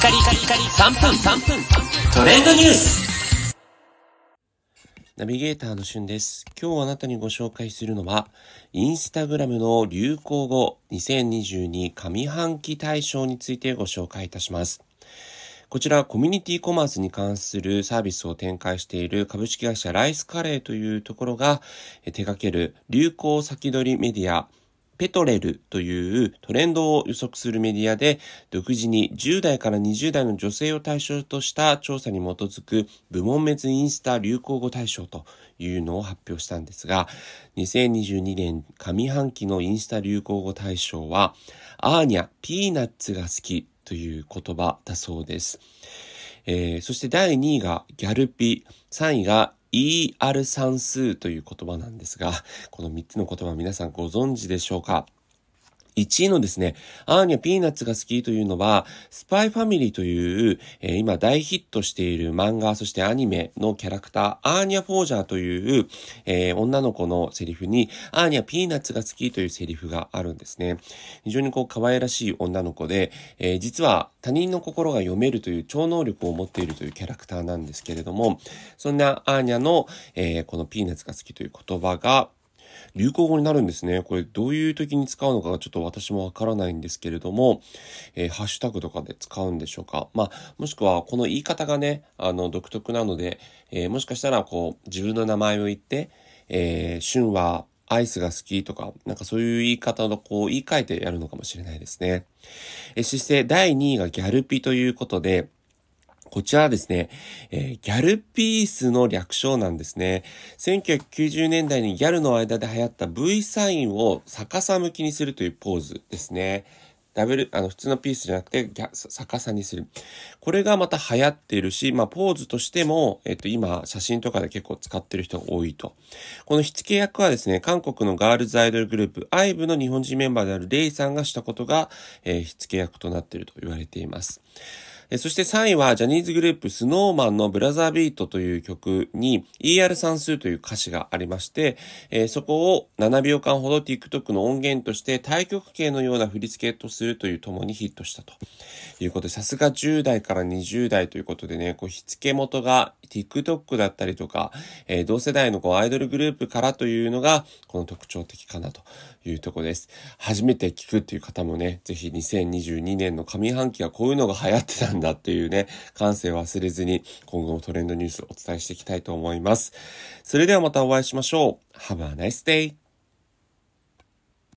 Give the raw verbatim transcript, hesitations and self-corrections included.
カリカリカリさんぷんさんぷんトレンドニュース。ナビゲーターのしゅんです。今日あなたにご紹介するのはインスタグラムの流行語にせんにじゅうに上半期大賞についてご紹介いたします。こちらコミュニティコマースに関するサービスを展開している株式会社ライスカレーというところが手掛ける流行先取りメディアペトレルというトレンドを予測するメディアで独自にじゅう代からにじゅう代の女性を対象とした調査に基づく部門別インスタ流行語大賞というのを発表したんですが、にせんにじゅうにねん上半期のインスタ流行語大賞はアーニャピーナッツが好きという言葉だそうです。えー、そしてだいにいがギャルピ、さんいがイーアール 算数という言葉なんですが、このみっつの言葉皆さんご存知でしょうか？いちいのですね、アーニャピーナッツが好きというのは、スパイファミリーという、えー、今大ヒットしている漫画、そしてアニメのキャラクター、アーニャ・フォージャーという、えー、女の子のセリフに、アーニャピーナッツが好きというセリフがあるんですね。非常にこう可愛らしい女の子で、えー、実は他人の心が読めるという超能力を持っているというキャラクターなんですけれども、そんなアーニャの、えー、このピーナッツが好きという言葉が、流行語になるんですね。これどういう時に使うのかちょっと私もわからないんですけれども、えー、ハッシュタグとかで使うんでしょうか。まあ、もしくはこの言い方がね、あの独特なので、えー、もしかしたらこう自分の名前を言って、えー、シュンはアイスが好きとか、なんかそういう言い方のこう言い換えてやるのかもしれないですね。えー、そしてだいにいがギャルピということで、こちらはですね、えー、ギャルピースの略称なんですね。せんきゅうひゃくきゅうじゅうねんだいにギャルの間で流行った V サインを逆さ向きにするというポーズですね。ダブル、あの、普通のピースじゃなくて、逆さにする。これがまた流行っているし、まあ、ポーズとしても、えっと、今、写真とかで結構使ってる人が多いと。この火付け役はですね、韓国のガールズアイドルグループ、アイブの日本人メンバーであるレイさんがしたことが、えー、火付け役となっていると言われています。そしてさんいはジャニーズグループスノーマンのブラザービートという曲に イーアール 算数という歌詞がありまして、えー、そこをななびょうかんほど TikTok の音源として太極拳のような振り付けとするというともにヒットしたということで、さすがじゅう代からにじゅう代ということでね、こう火付け元が TikTok だったりとか、えー、同世代のこうアイドルグループからというのがこの特徴的かなというところです。初めて聞くっていう方もね、ぜひにせんにじゅうにねんの上半期はこういうのが流行ってたんだっていうね、感性を忘れずに今後もトレンドニュースをお伝えしていきたいと思います。それではまたお会いしましょう。Have a nice day!